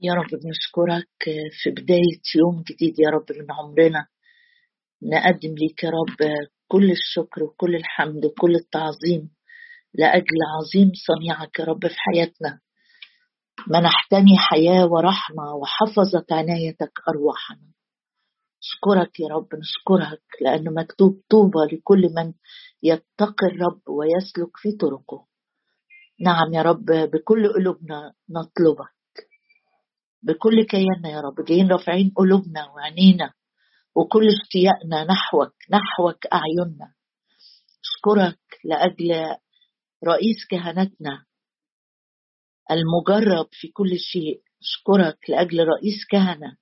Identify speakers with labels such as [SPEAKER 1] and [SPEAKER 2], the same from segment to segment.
[SPEAKER 1] يا رب بنشكرك في بداية يوم جديد يا رب من عمرنا. نقدم ليك يا رب كل الشكر وكل الحمد وكل التعظيم لأجل عظيم صنيعك يا رب في حياتنا. منحتني حياة ورحمة وحفظت عنايتك أرواحنا. نشكرك يا رب، نشكرك لأنه مكتوب طوبى لكل من يتقي الرب ويسلك في طرقه. نعم يا رب، بكل قلوبنا نطلبك، بكل كياننا يا رب جايين رافعين قلوبنا وعينينا وكل اشتياقنا نحوك أعيننا. أشكرك لأجل رئيس كهنتنا المجرب في كل شيء. أشكرك لأجل رئيس كهنة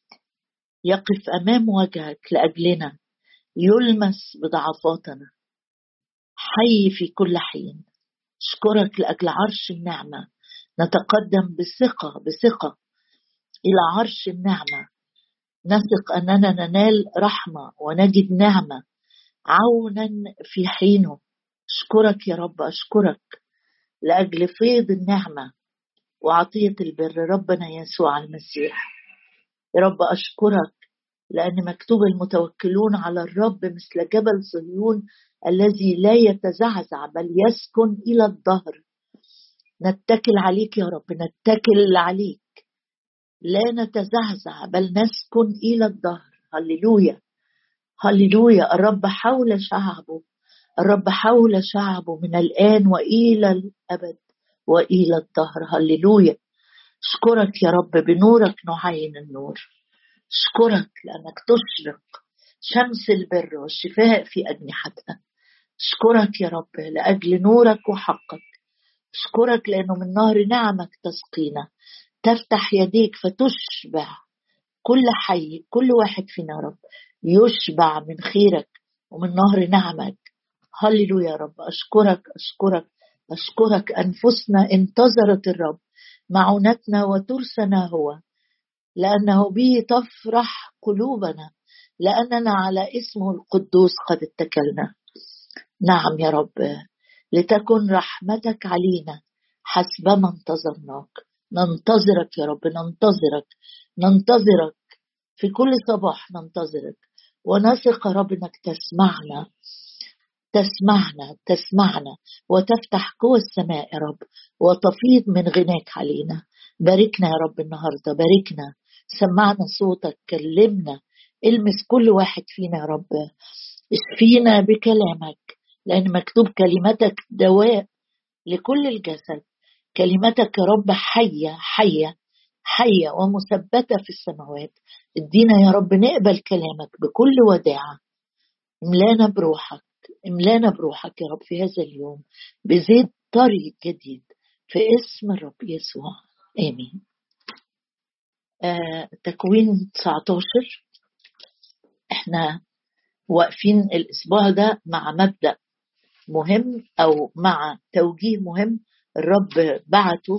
[SPEAKER 1] يقف أمام وجهك لأجلنا، يلمس بضعفاتنا، حي في كل حين. أشكرك لأجل عرش النعمة، نتقدم بثقة إلى عرش النعمة، نثق أننا ننال رحمة ونجد نعمة عونا في حينه. أشكرك يا رب، أشكرك لأجل فيض النعمة وعطية البر ربنا يسوع المسيح. يا رب أشكرك لأن مكتوب المتوكلون على الرب مثل جبل صهيون الذي لا يتزعزع بل يسكن إلى الدهر. نتكل عليك يا رب، نتكل عليك، لا نتزعزع بل نسكن إلى الدهر. هللويا هللويا. الرب حول شعبه، الرب حول شعبه من الآن وإلى الأبد وإلى الدهر. هللويا. أشكرك يا رب، بنورك نعين النور. أشكرك لأنك تشرق شمس البر والشفاء في أجنحتها. أشكرك يا رب لأجل نورك وحقك. أشكرك لأنه من نهر نعمك تسقينا، تفتح يديك فتشبع كل حي، كل واحد فينا يا رب يشبع من خيرك ومن نهر نعمك. هللويا يا رب. أشكرك أشكرك أشكرك. أنفسنا انتظرت الرب، معونتنا وترسنا هو، لأنه به تفرح قلوبنا، لأننا على اسمه القدوس قد اتكلنا. نعم يا رب، لتكن رحمتك علينا حسبما انتظرناك. ننتظرك يا رب، ننتظرك ننتظرك في كل صباح، ننتظرك ونثق يا رب انك تسمعنا تسمعنا وتفتح قوى السماء يا رب وتفيض من غناك علينا. باركنا يا رب النهاردة، باركنا، سمعنا صوتك، كلمنا، المس كل واحد فينا يا رب، اشفينا بكلامك، لأن مكتوب كلمتك دواء لكل الجسد. كلمتك يا رب حية ومثبتة في السماوات. ادينا يا رب نقبل كلامك بكل وداعة. املانا بروحك، املانا بروحك يا رب في هذا اليوم بزيت طريق جديد في اسم الرب يسوع، آمين. تكوين 19. احنا واقفين الاسبوع ده مع مبدأ مهم او مع توجيه مهم الرب بعته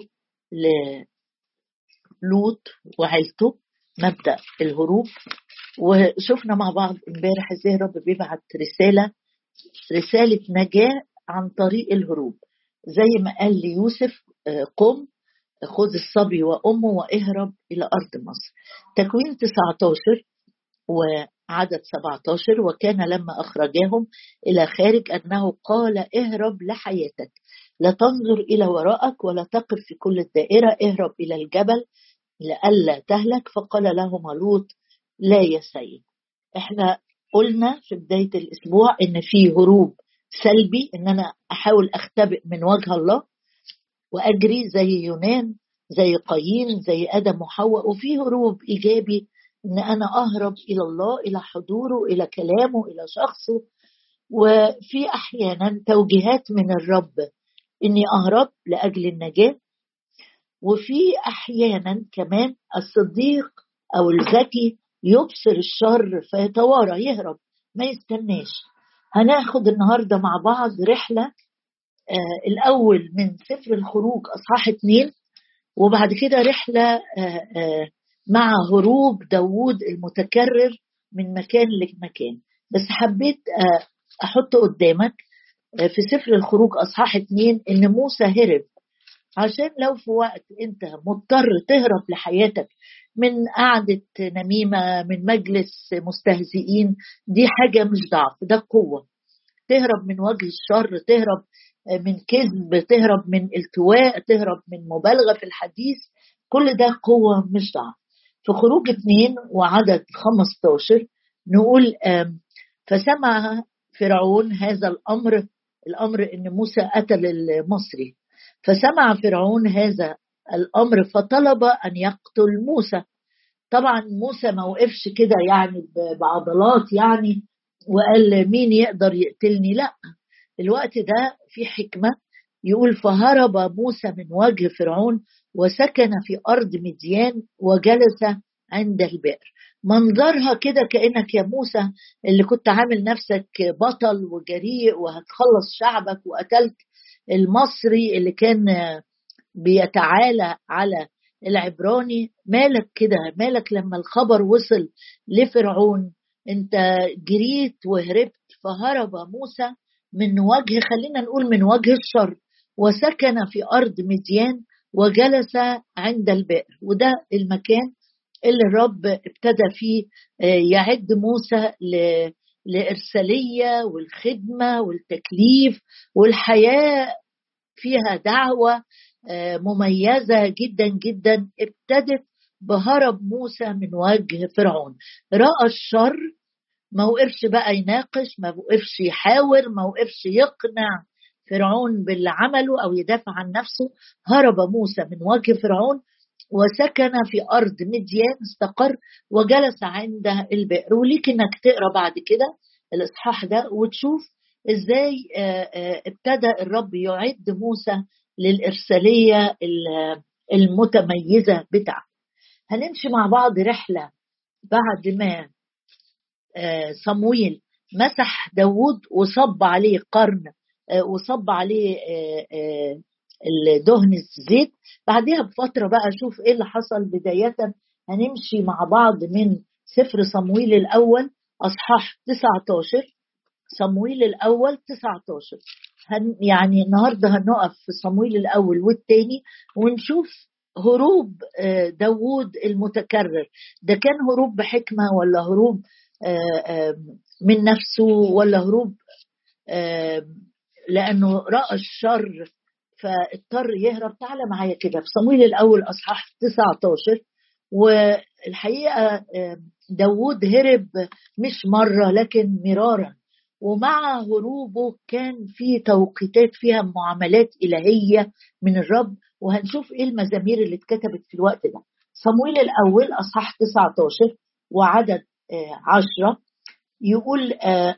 [SPEAKER 1] للوط وعيلته، مبدأ الهروب. وشفنا مع بعض امبارح ازاي الرب بيبعت رسالة نجاة عن طريق الهروب، زي ما قال ليوسف قم خذ الصبي وأمه واهرب إلى أرض مصر. تكوين 19 وعدد 17: وكان لما أخرجاهم إلى خارج أنه قال اهرب لحياتك، لا تنظر إلى وراءك ولا تقف في كل الدائرة، اهرب إلى الجبل لئلا تهلك. فقال لهما لوط لا يا سيد. احنا قلنا في بداية الأسبوع إن في هروب سلبي، إن أنا أحاول أختبئ من وجه الله وأجري زي يونان، زي قايين، زي آدم وحواء. وفي هروب إيجابي، إن أنا أهرب إلى الله، إلى حضوره، إلى كلامه، إلى شخصه. وفي أحيانا توجيهات من الرب إني أهرب لأجل النجاة. وفي أحيانا كمان الصديق أو الذكي يبصر الشر فيتوارى، يهرب، ما يستناش. هناخد النهاردة مع بعض رحلة الأول من سفر الخروج أصحاح 2، وبعد كده رحلة مع هروب داود المتكرر من مكان لمكان. بس حبيت أحط قدامك في سفر الخروج أصحاح 2 إن موسى هرب عشان لو في وقت انت مضطر تهرب لحياتك من قعدة نميمة، من مجلس مستهزئين، دي حاجة مش ضعف، ده قوة. تهرب من وجه الشر، تهرب من كذب، تهرب من التواء، تهرب من مبالغة في الحديث، كل ده قوة مش ضعف. في خروج 2 وعدد 15 نقول فسمع فرعون هذا الأمر إن موسى قتل المصري. فسمع فرعون هذا الأمر فطلب أن يقتل موسى. طبعا موسى ما وقفش كده يعني بعضلات يعني وقال مين يقدر يقتلني، لا، الوقت ده في حكمة. يقول فهرب موسى من وجه فرعون وسكن في أرض مديان وجلس عند البئر. منظرها كده كأنك يا موسى اللي كنت عامل نفسك بطل وجريء وهتخلص شعبك وقتلت المصري اللي كان بيتعالى على العبراني، مالك كده؟ مالك لما الخبر وصل لفرعون انت جريت وهربت؟ فهرب موسى من وجه، خلينا نقول من وجه الشر، وسكن في أرض مديان وجلس عند البئر. وده المكان اللي الرب ابتدى فيه يعد موسى لإرسالية والخدمة والتكليف والحياة فيها دعوة مميزة جدا جدا. ابتدت بهرب موسى من وجه فرعون. رأى الشر، ما وقفش بقى يناقش، ما وقفش يحاور، ما وقفش يقنع فرعون باللي عمله أو يدافع عن نفسه. هرب موسى من وجه فرعون وسكن في أرض مديان، استقر وجلس عند البئر. وليك إنك تقرأ بعد كده الإصحاح ده وتشوف إزاي ابتدى الرب يعد موسى للإرسالية المتميزة بتاعته. هنمشي مع بعض رحلة بعد ما صمويل مسح داود وصب عليه قرن وصب عليه الدهن الزيت. بعدها بفترة بقى شوف ايه اللي حصل. بداية هنمشي مع بعض من سفر صمويل الأول أصحاح 19. صمويل الأول 19 يعني النهاردة هنقف في صمويل الأول والتاني ونشوف هروب داود المتكرر. ده كان هروب بحكمة ولا هروب من نفسه ولا هروب لأنه رأى الشر فاضطر يهرب؟ تعالى معايا كده في صمويل الأول أصحاح 19. والحقيقة داود هرب مش مرة لكن مرارا، ومع هروبه كان في توقيتات فيها معاملات إلهية من الرب. وهنشوف إيه المزامير اللي اتكتبت في الوقت ده. صمويل الأول أصحاح 19 وعدد 10 يقول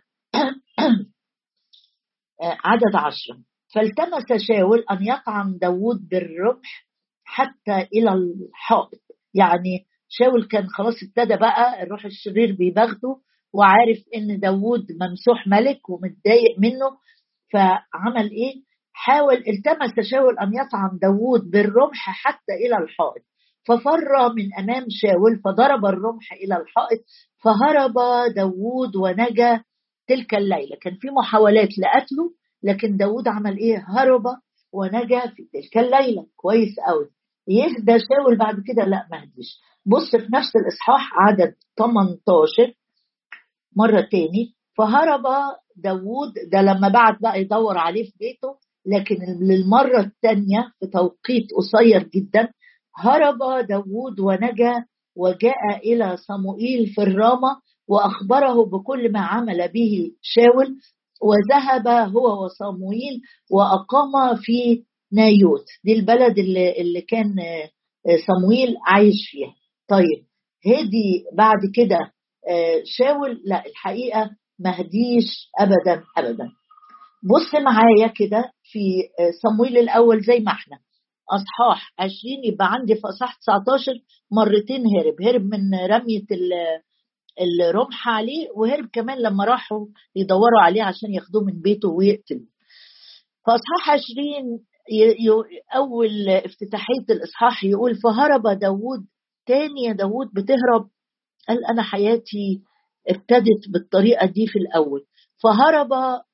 [SPEAKER 1] عدد 10 فالتمس شاول أن يطعن داود بالرمح حتى إلى الحائط. يعني شاول كان خلاص ابتدى بقى الروح الشرير بيبغته وعارف إن داود ممسوح ملك ومتضايق منه، فعمل إيه؟ التمس شاول أن يطعن داود بالرمح حتى إلى الحائط، ففر من أمام شاول فضرب الرمح إلى الحائط فهرب داود ونجا تلك الليلة. كان في محاولات لقتله لكن داود عمل ايه؟ هرب ونجا في تلك الليلة. كويس قوي. يهدى شاول بعد كده؟ لا، ما هديش. بص في نفس الإصحاح عدد 18 مرة تاني فهرب داود. ده لما بعد بقى يدور عليه في بيته، لكن للمرة الثانية في توقيت قصير جدا هرب داود ونجا وجاء إلى صموئيل في الرامة وأخبره بكل ما عمل به شاول، وذهب هو وصموئيل وأقام في نايوت. دي البلد اللي كان صموئيل عايش فيها. طيب هدي بعد كده شاول؟ لا، الحقيقة ما هديش أبدا أبدا. بص معايا كده في صمويل الأول زي ما احنا أصحاح 20 يبقى عندي في أصحاح 19 مرتين هرب من رمية الرمح عليه، وهرب كمان لما راحوا يدوروا عليه عشان ياخدوه من بيته ويقتلوا. في أصحاح 20 أول افتتاحية الإصحاح يقول فهرب داود. تاني يا داود بتهرب؟ قال أنا حياتي ابتدت بالطريقة دي في الأول. فهرب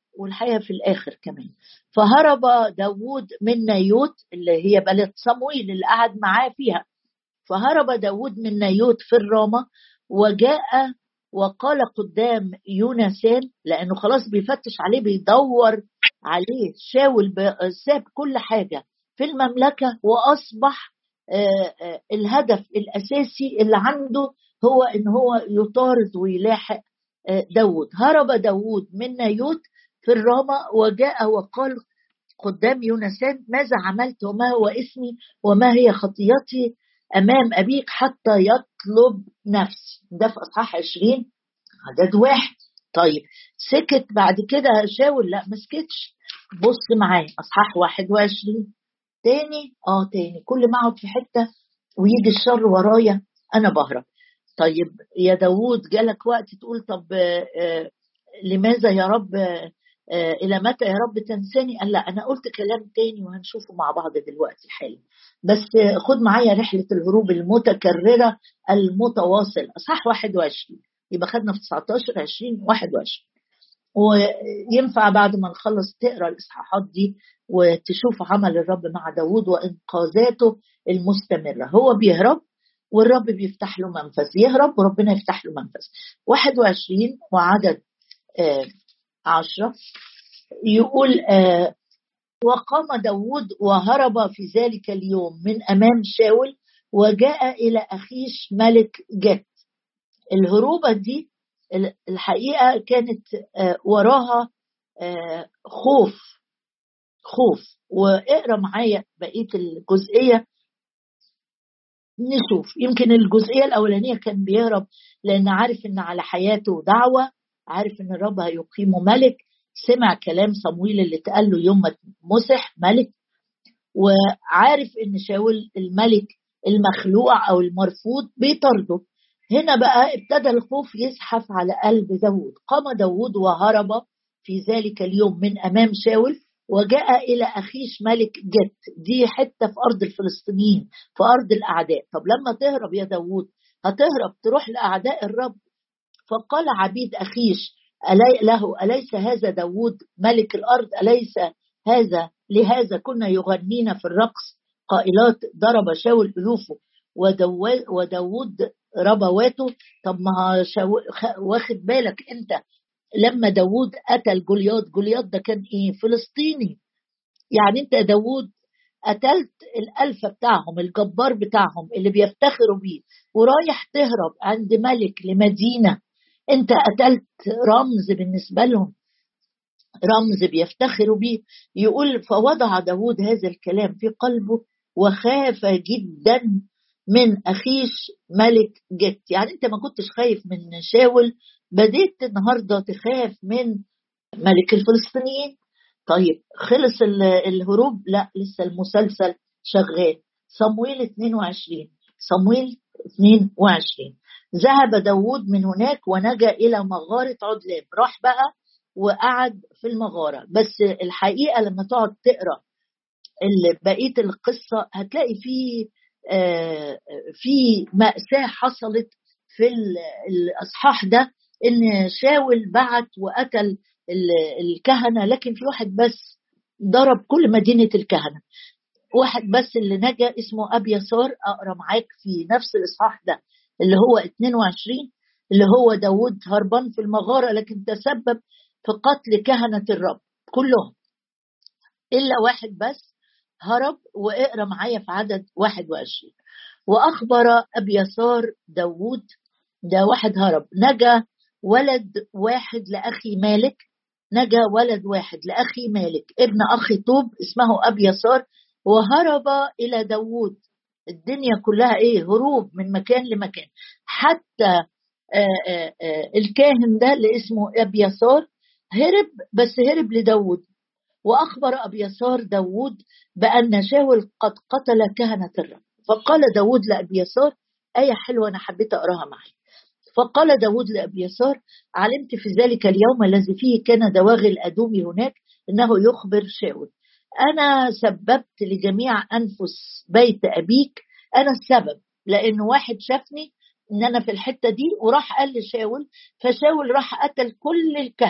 [SPEAKER 1] والحقيقة في الآخر كمان. فهرب داود من نايوت اللي هي بلد صمويل اللي قعد معاه فيها. فهرب داود من نايوت في الرامة وجاء وقال قدام يونسان، لأنه خلاص بيفتش عليه بيدور عليه. شاول ساب كل حاجة في المملكة وأصبح الهدف الأساسي اللي عنده هو إن هو يطارد ويلاحق داود. هرب داود من نايوت في الرامة وجاء وقال قدام يونسان ماذا عملت وما هو اسمي وما هي خطيتي أمام أبيك حتى يطلب نفسي. ده في أصحاح 20 عدد 1. طيب سكت بعد كده شاول؟ لا ما سكتش. بص معايا أصحاح 21 تاني. تاني كل ما اقعد في حتة ويجي الشر ورايا أنا بهرب. طيب يا داود جالك وقت تقول طب لماذا يا رب إلى متى يا رب تنساني؟ قال لا أنا قلت كلام تاني وهنشوفه مع بعض دلوقتي حالا. بس خد معايا رحلة الهروب المتكررة المتواصل. أصحاح 21 يبقى خدنا في 19 20 21. وينفع بعد ما نخلص تقرأ الإصحاحات دي وتشوف عمل الرب مع داود وإنقاذاته المستمرة. هو بيهرب والرب بيفتح له منفذ، يهرب وربنا يفتح له منفذ. 21 وعدد 10 يقول وقام داود وهرب في ذلك اليوم من أمام شاول وجاء إلى أخيش ملك جت. الهروبة دي الحقيقة كانت وراها خوف. واقرأ معايا بقية الجزئية نشوف. يمكن الجزئية الأولانية كان بيهرب لأن عارف إن على حياته دعوة، عارف إن الرب هيقيمه ملك، سمع كلام صمويل اللي اتقال له يوم ما مسح ملك، وعارف إن شاول الملك المخلوع أو المرفوض بيطرده. هنا بقى ابتدى الخوف يزحف على قلب داود. قام داود وهرب في ذلك اليوم من أمام شاول وجاء إلى أخيش ملك جت. دي حتة في أرض الفلسطينيين، في أرض الأعداء. طب لما تهرب يا داود هتهرب تروح لأعداء الرب. فقال عبيد أخيش أليس هذا داود ملك الأرض؟ أليس هذا لهذا كنا يغنين في الرقص قائلات ضرب شاول ألوفه وداود ربواته. طب ما واخد بالك أنت لما داود قتل جولياط ده كان إيه؟ فلسطيني. يعني أنت داود قتلت الألفة بتاعهم الجبار بتاعهم اللي بيفتخروا بيه ورايح تهرب عند ملك لمدينة انت قتلت رمز بالنسبة لهم، رمز بيفتخروا بيه. يقول فوضع داود هذا الكلام في قلبه وخاف جدا من أخيش ملك جت. يعني انت ما كنتش خايف من شاول، بديت النهاردة تخاف من ملك الفلسطينيين. طيب خلص الهروب؟ لا لسه المسلسل شغال. صمويل 22 ذهب داود من هناك ونجا إلى مغارة عدلام. راح بقى وقعد في المغارة. بس الحقيقة لما تقعد تقرأ بقية القصة هتلاقي في مأساة حصلت في الأصحاح ده. إن شاول بعت وقتل الكهنة، لكن في واحد بس ضرب كل مدينة الكهنة. واحد بس اللي نجا اسمه أبياثار. أقرأ معاك في نفس الإصحاح ده اللي هو 22 اللي هو داود هربان في المغارة لكن تسبب في قتل كهنة الرب كلهم إلا واحد بس هرب. واقرأ معايا في عدد 21 وأخبر أبياثار داود. ده واحد هرب. نجا ولد واحد لأخي مالك، نجا ولد واحد لأخي مالك ابن أخي طوب اسمه أبياثار وهرب إلى داود. الدنيا كلها ايه؟ هروب من مكان لمكان. حتى الكاهن ده اللي اسمه أبياثار هرب، بس هرب لداود. وأخبر أبياثار داود بأن شاول قد قتل كهنة الرب. فقال داود لأبياثار، آية حلوة أنا حبيت أقراها معي. فقال داود لأبياثار علمت في ذلك اليوم الذي فيه كان دواغي الأدومي هناك إنه يخبر شاول أنا سببت لجميع أنفس بيت أبيك. أنا السبب، لأن واحد شافني إن أنا في الحتة دي وراح قال لشاول، فشاول راح قتل كل الكهنة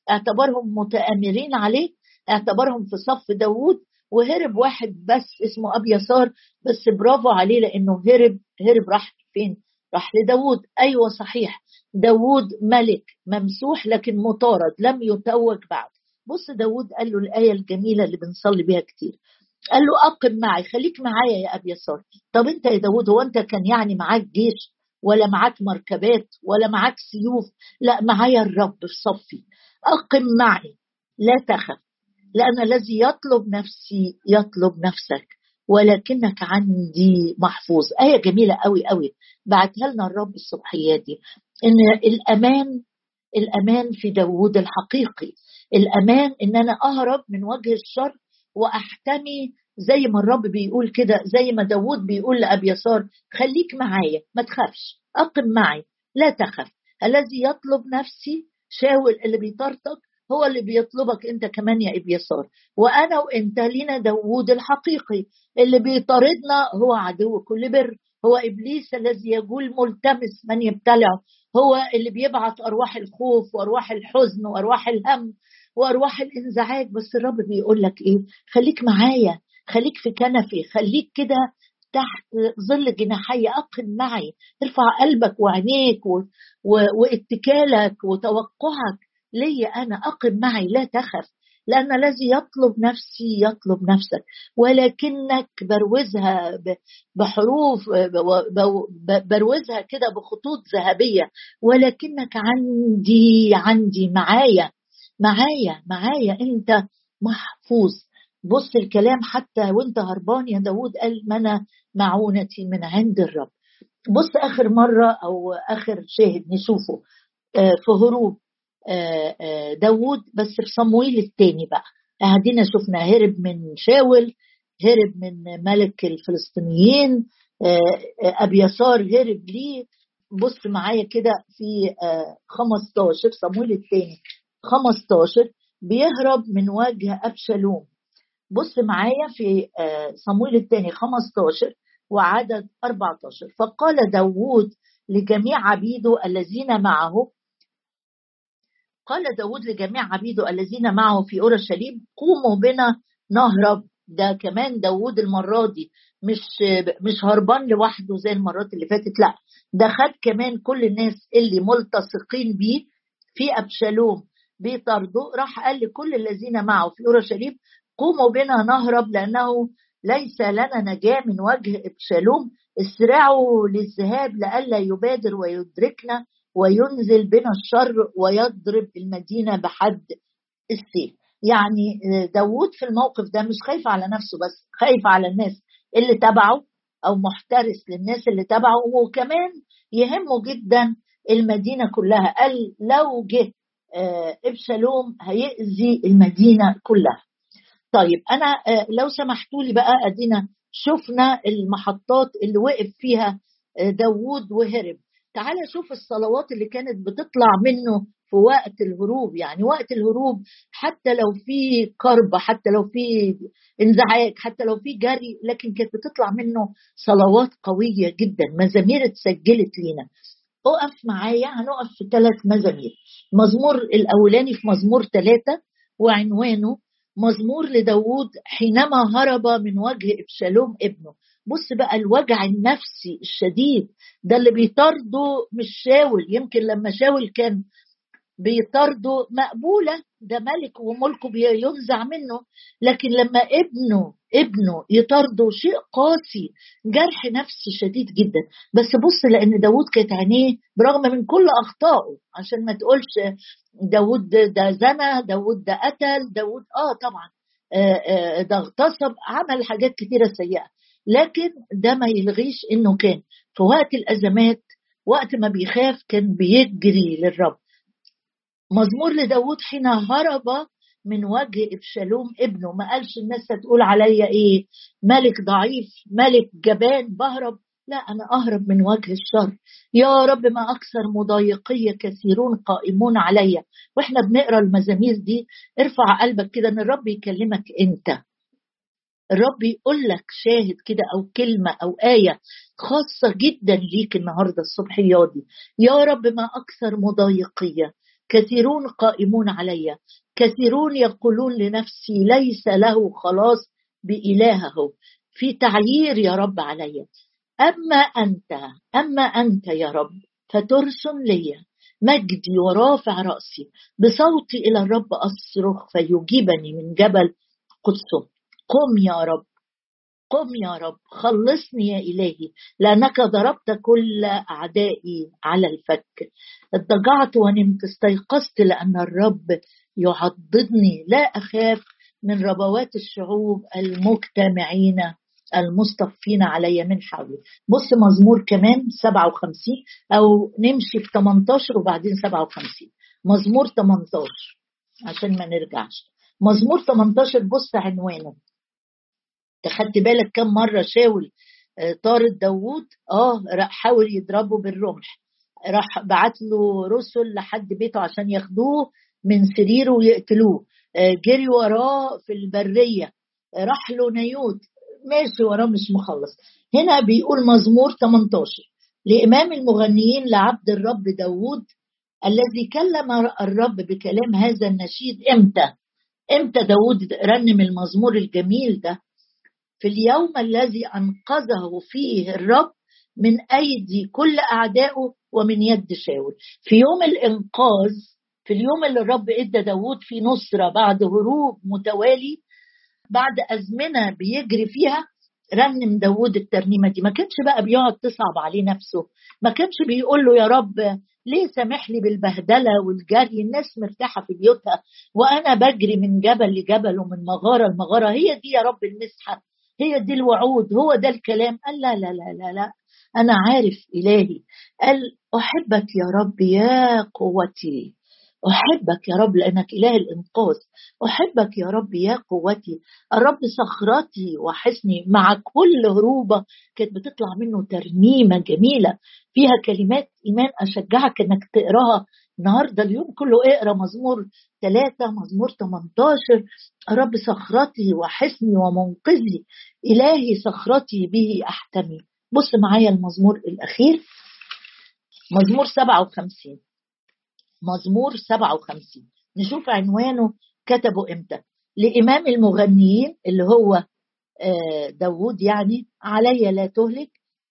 [SPEAKER 1] اعتبرهم متآمرين عليه، اعتبرهم في صف داوود، وهرب واحد بس اسمه أبيثار. بس برافو عليه لأنه هرب راح فين؟ راح لداوود. أيوة صحيح، داوود ملك ممسوح لكن مطارد، لم يتوج بعد. بص داوود قال له الآية الجميلة اللي بنصلي بيها كتير، قال له أقم معي، خليك معايا يا أبيثار. طب أنت يا داوود هو أنت كان يعني معاك جيش ولا معاك مركبات ولا معاك سيوف؟ لا، معايا الرب في صفي. أقم معي لا تخف، لأن الذي يطلب نفسي يطلب نفسك، ولكنك عندي محفوظ. آية جميلة قوي قوي بعتها لنا الرب الصبحية دي، إن الأمان في داوود الحقيقي. الأمان إن أنا أهرب من وجه الشر وأحتمي، زي ما الرب بيقول كده، زي ما داوود بيقول لأبيثار خليك معايا ما تخافش، أقم معي لا تخف. الذي يطلب نفسي، شاول اللي بيطردك هو اللي بيطلبك انت كمان يا ابيثار. وانا وانت لينا داوود الحقيقي اللي بيطاردنا، هو عدو كل بر، هو ابليس الذي يقول ملتمس من يبتلعه، هو اللي بيبعت ارواح الخوف وارواح الحزن وارواح الهم وارواح الانزعاج. بس الرب بيقول لك ايه؟ خليك معايا، خليك في كنفي، خليك كده تحت ظل جناحي، أقم معي. ارفع قلبك وعينيك واتكالك وتوقعك لي أنا، أقم معي لا تخف، لأن الذي يطلب نفسي يطلب نفسك، ولكنك بروزها بحروف، بروزها كده بخطوط ذهبية، ولكنك عندي معايا أنت محفوظ. بص الكلام حتى وانت هربان يا داود، قال ما أنا معونتي من عند الرب. بص آخر مرة أو آخر شاهد نشوفه في هروب داود، بس في صمويل الثاني بقى. أهدينا شفنا هرب من شاول، هرب من ملك الفلسطينيين، أبيثار هرب ليه. بص معايا كده في 15 صمويل الثاني 15 بيهرب من وجه أبشالوم. بص معايا في صمويل الثاني 15 وعدد 14. فقال داود لجميع عبيده الذين معه، قال داود لجميع عبيده الذين معه في أورشليم قوموا بنا نهرب. ده كمان داود المرة دي مش هربان لوحده زي المرات اللي فاتت، لا ده خد كمان كل الناس اللي ملتصقين بيه في أبشالوم بيطردوا، راح قال لكل الذين معه في أورشليم قوموا بنا نهرب، لأنه ليس لنا نجاة من وجه أبشالوم، اسرعوا للذهاب لئلا يبادر ويدركنا وينزل بنا الشر ويضرب المدينة بحد السيف. يعني داود في الموقف ده مش خايف على نفسه بس، خايف على الناس اللي تبعه أو محترس للناس اللي تبعه، وكمان يهمه جدا المدينة كلها. قال لو جه أبشالوم هيأذي المدينة كلها. طيب أنا لو سمحتوا لي بقى، أدينا شفنا المحطات اللي وقف فيها داود وهرب. تعال شوف الصلوات اللي كانت بتطلع منه في وقت الهروب. يعني وقت الهروب حتى لو في كرب، حتى لو في انزعاج، حتى لو في جري، لكن كانت بتطلع منه صلوات قوية جدا، مزامير اتسجلت لينا. اقف معايا، هنقف في 3 مزامير. مزمور الأولاني في مزمور 3 وعنوانه مزمور لداود حينما هرب من وجه أبشالوم ابنه. بص بقى الوجع النفسي الشديد ده اللي بيطارده مش شاول. يمكن لما شاول كان بيطارده مقبولة، ده ملك وملكه بينزع منه، لكن لما ابنه يطارده شيء قاسي، جرح نفسي شديد جدا. بس بص لأن داود كانت عينيه برغم من كل أخطائه، عشان ما تقولش داود ده زنى، داود ده قتل، داود طبعا ده اغتصب، عمل حاجات كتيرة سيئة، لكن ده ما يلغيش انه كان في وقت الأزمات، وقت ما بيخاف كان بيجري للرب. مزمور لداود حين هرب من وجه أبشالوم ابنه. ما قالش الناس هتقول عليا ايه، ملك ضعيف، ملك جبان بهرب. لا، أنا أهرب من وجه الشر. يا رب ما أكثر مضايقية كثيرون قائمون عليا. وإحنا بنقرأ المزامير دي ارفع قلبك كده ان الرب يكلمك انت، الرب يقول لك شاهد كده أو كلمة أو آية خاصة جدا ليك النهاردة الصبحية دي. يا رب ما أكثر مضايقية كثيرون قائمون علي، كثيرون يقولون لنفسي ليس له خلاص بإلهه. في تعيير يا رب علي. أما أنت يا رب فترسم لي مجدي ورافع رأسي، بصوتي إلى الرب أصرخ فيجيبني من جبل قدسه. قم يا رب، قم يا رب، خلصني يا إلهي، لأنك ضربت كل أعدائي على الفك. اضطجعت ونمت، استيقظت لأن الرب يعضدني. لا أخاف من ربوات الشعوب المجتمعين المصطفين علي من حولي. بص مزمور كمان 57، أو نمشي في 18 وبعدين 57. مزمور 18 عشان ما نرجعش. مزمور 18 بص عنوانه. تخدت بالك كم مرة شاول طارد داوود؟ راح حاول يضربه بالرمح، راح بعت له رسل لحد بيته عشان ياخدوه من سريره ويقتلوه، جري وراه في البرية، راح له نيوت، ماشي وراه مش مخلص. هنا بيقول مزمور 18 لإمام المغنيين لعبد الرب داوود الذي كلم الرب بكلام هذا النشيد. امتى داوود رنم المزمور الجميل ده؟ في اليوم الذي أنقذه فيه الرب من أيدي كل أعدائه ومن يد شاول. في يوم الإنقاذ، في اليوم اللي الرب إدى داود في نصرة بعد هروب متوالي، بعد أزمنة بيجري فيها، رنم داود الترنيمة دي. ما كانش بقى بيقعد تصعب عليه نفسه، ما كانش بيقول له يا رب ليه سامح لي بالبهدلة والجري، الناس مرتاحة في بيوتها وأنا بجري من جبل لجبل ومن مغارة لمغارة. هي دي يا رب المسحة، هي دي الوعود، هو ده الكلام. قال لا لا لا لا لا، أنا عارف إلهي. قال أحبك يا رب يا قوتي، أحبك يا رب لأنك إله الإنقاذ، أحبك يا رب يا قوتي، الرب صخرتي وحصني. مع كل هروبة كانت بتطلع منه ترنيمة جميلة فيها كلمات إيمان. أشجعك أنك تقراها النهاردة، اليوم كله اقرأ مزمور 3، مزمور 18. الرب صخرتي وحصني ومنقذي، إلهي صخرتي به أحتمي. بص معايا المزمور الأخير، مزمور 57. مزمور 57 نشوف عنوانه كتبه امتى. لإمام المغنيين اللي هو داود، يعني علي لا تهلك،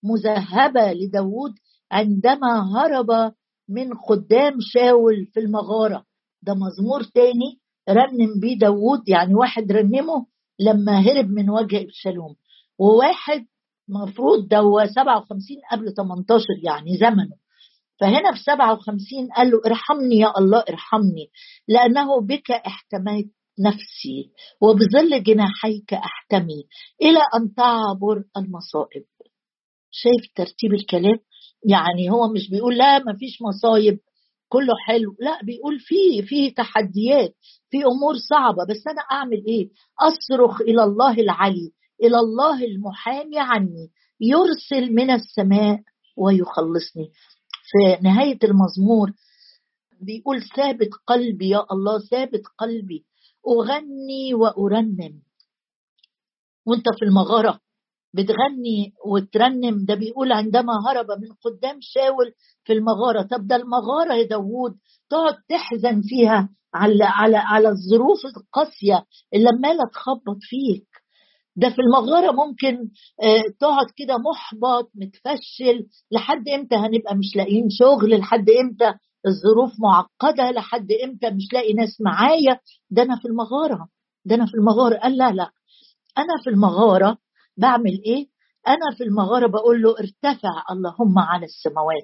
[SPEAKER 1] مذهبة لداود عندما هرب من خدام شاول في المغارة. ده مزمور تاني رنم بيه داود، يعني واحد رنمه لما هرب من وجه أبشالوم، وواحد مفروض ده هو 57 قبل 18 يعني زمنه. فهنا في 57 قال له ارحمني يا الله ارحمني، لأنه بك احتميت نفسي وبظل جناحيك احتمي إلى أن تعبر المصائب. شايف ترتيب الكلام؟ يعني هو مش بيقول لا ما فيش مصايب كله حلو، لا بيقول فيه تحديات، في أمور صعبة، بس أنا أعمل إيه؟ أصرخ إلى الله العلي، إلى الله المحامي عني، يرسل من السماء ويخلصني. في نهاية المزمور بيقول ثابت قلبي يا الله، ثابت قلبي، أغني وأرنم. وانت في المغارة بتغني وترنم. ده بيقول عندما هرب من قدام شاول في المغارة. طب ده المغارة يا داوود تقعد تحزن فيها على الظروف القاسية اللي عمالة تخبط فيك. ده في المغارة ممكن تقعد كده محبط متفشل. لحد امتى هنبقى مش لاقيين شغل؟ لحد امتى الظروف معقدة؟ لحد امتى مش لاقي ناس معايا؟ ده انا في المغارة، ده انا في المغارة. قال لا لا، انا في المغارة بعمل ايه؟ انا في المغارة بقول له ارتفع اللهم على السماوات،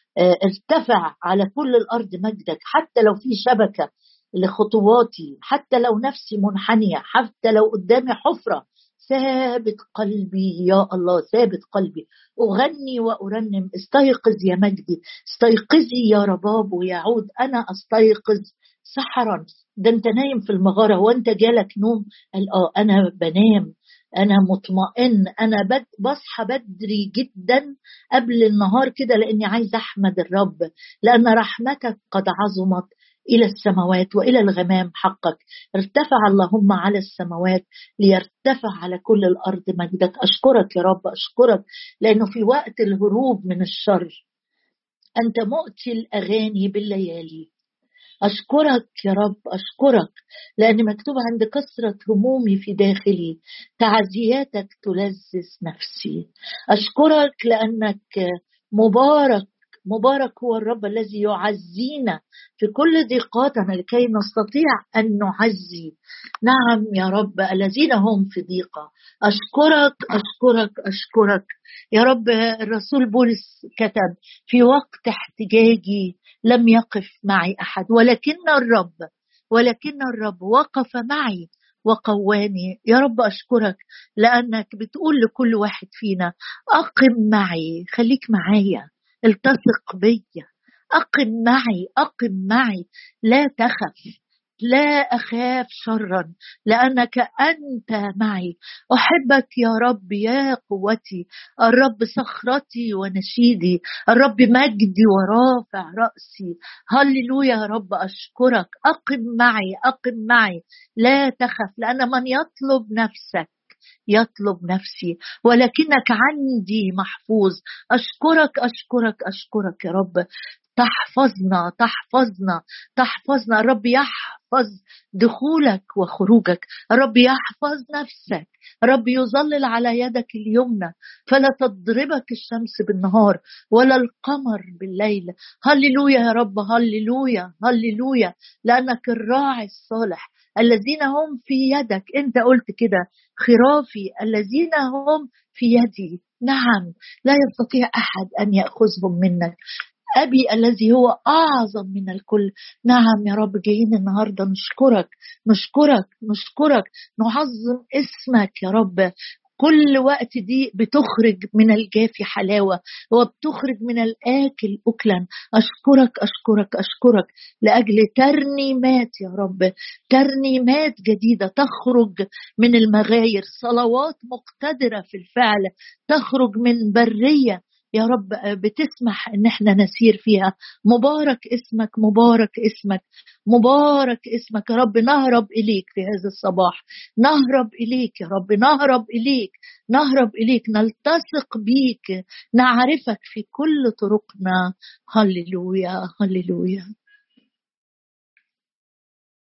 [SPEAKER 1] ارتفع على كل الارض مجدك، حتى لو في شبكة لخطواتي، حتى لو نفسي منحنية، حتى لو قدامي حفرة، ثابت قلبي يا الله، ثابت قلبي، أغني وأرنم. استيقظ يا مجدي، استيقظي يا رباب ويعود. أنا أستيقظ سحرا. ده أنت نايم في المغارة وأنت جالك نوم؟ قال أنا بنام، أنا مطمئن، أنا بصحى بدري جدا قبل النهار كده، لأني عايز أحمد الرب، لأن رحمتك قد عظمت إلى السماوات وإلى الغمام حقك. ارتفع اللهم على السماوات ليرتفع على كل الأرض مجدك. أشكرك يا رب، أشكرك لأنه في وقت الهروب من الشر أنت مؤتي الأغاني بالليالي. أشكرك يا رب، أشكرك لأن مكتوب عند كثرة همومي في داخلي تعزياتك تلذذ نفسي. أشكرك لأنك مبارك، مبارك هو الرب الذي يعزينا في كل ضيقاتنا لكي نستطيع أن نعزي. نعم يا رب الذين هم في ضيقة. أشكرك أشكرك أشكرك يا رب. الرسول بولس كتب في وقت احتجاجي لم يقف معي أحد، ولكن الرب وقف معي وقواني. يا رب أشكرك لأنك بتقول لكل واحد فينا أقم معي، خليك معايا، التصق بيا، أقم معي، أقم معي، لا تخف، لا أخاف شرا لأنك أنت معي. أحبك يا رب يا قوتي، الرب صخرتي ونشيدي، الرب مجدي ورافع رأسي. هللويا يا رب أشكرك. أقم معي، أقم معي، لا تخف لأن من يطلب نفسك يطلب نفسي، ولكنك عندي محفوظ. أشكرك أشكرك أشكرك يا رب. تحفظنا تحفظنا تحفظنا. الرب يحفظ دخولك وخروجك، الرب يحفظ نفسك، الرب يظلل على يدك اليمنى فلا تضربك الشمس بالنهار ولا القمر بالليل. هللويا يا رب، هللويا هللويا، لأنك الراعي الصالح. الذين هم في يدك، انت قلت كده، خرافي الذين هم في يدي، نعم لا يستطيع أحد أن يأخذهم منك. أبي الذي هو أعظم من الكل. نعم يا رب، جايين النهاردة نشكرك نشكرك نشكرك، نعظم اسمك يا رب. كل وقت دي بتخرج من الجافي حلاوة وبتخرج من الآكل أكلا. أشكرك أشكرك أشكرك لأجل ترنيمات يا رب، ترنيمات جديدة تخرج من المغاير، صلوات مقتدرة في الفعل تخرج من برية يا رب بتسمح ان احنا نسير فيها. مبارك اسمك، مبارك اسمك، مبارك اسمك يا رب. نهرب اليك في هذا الصباح، نهرب اليك يا رب، نهرب اليك، نهرب اليك، نلتصق بيك، نعرفك في كل طرقنا. هللويا هللويا.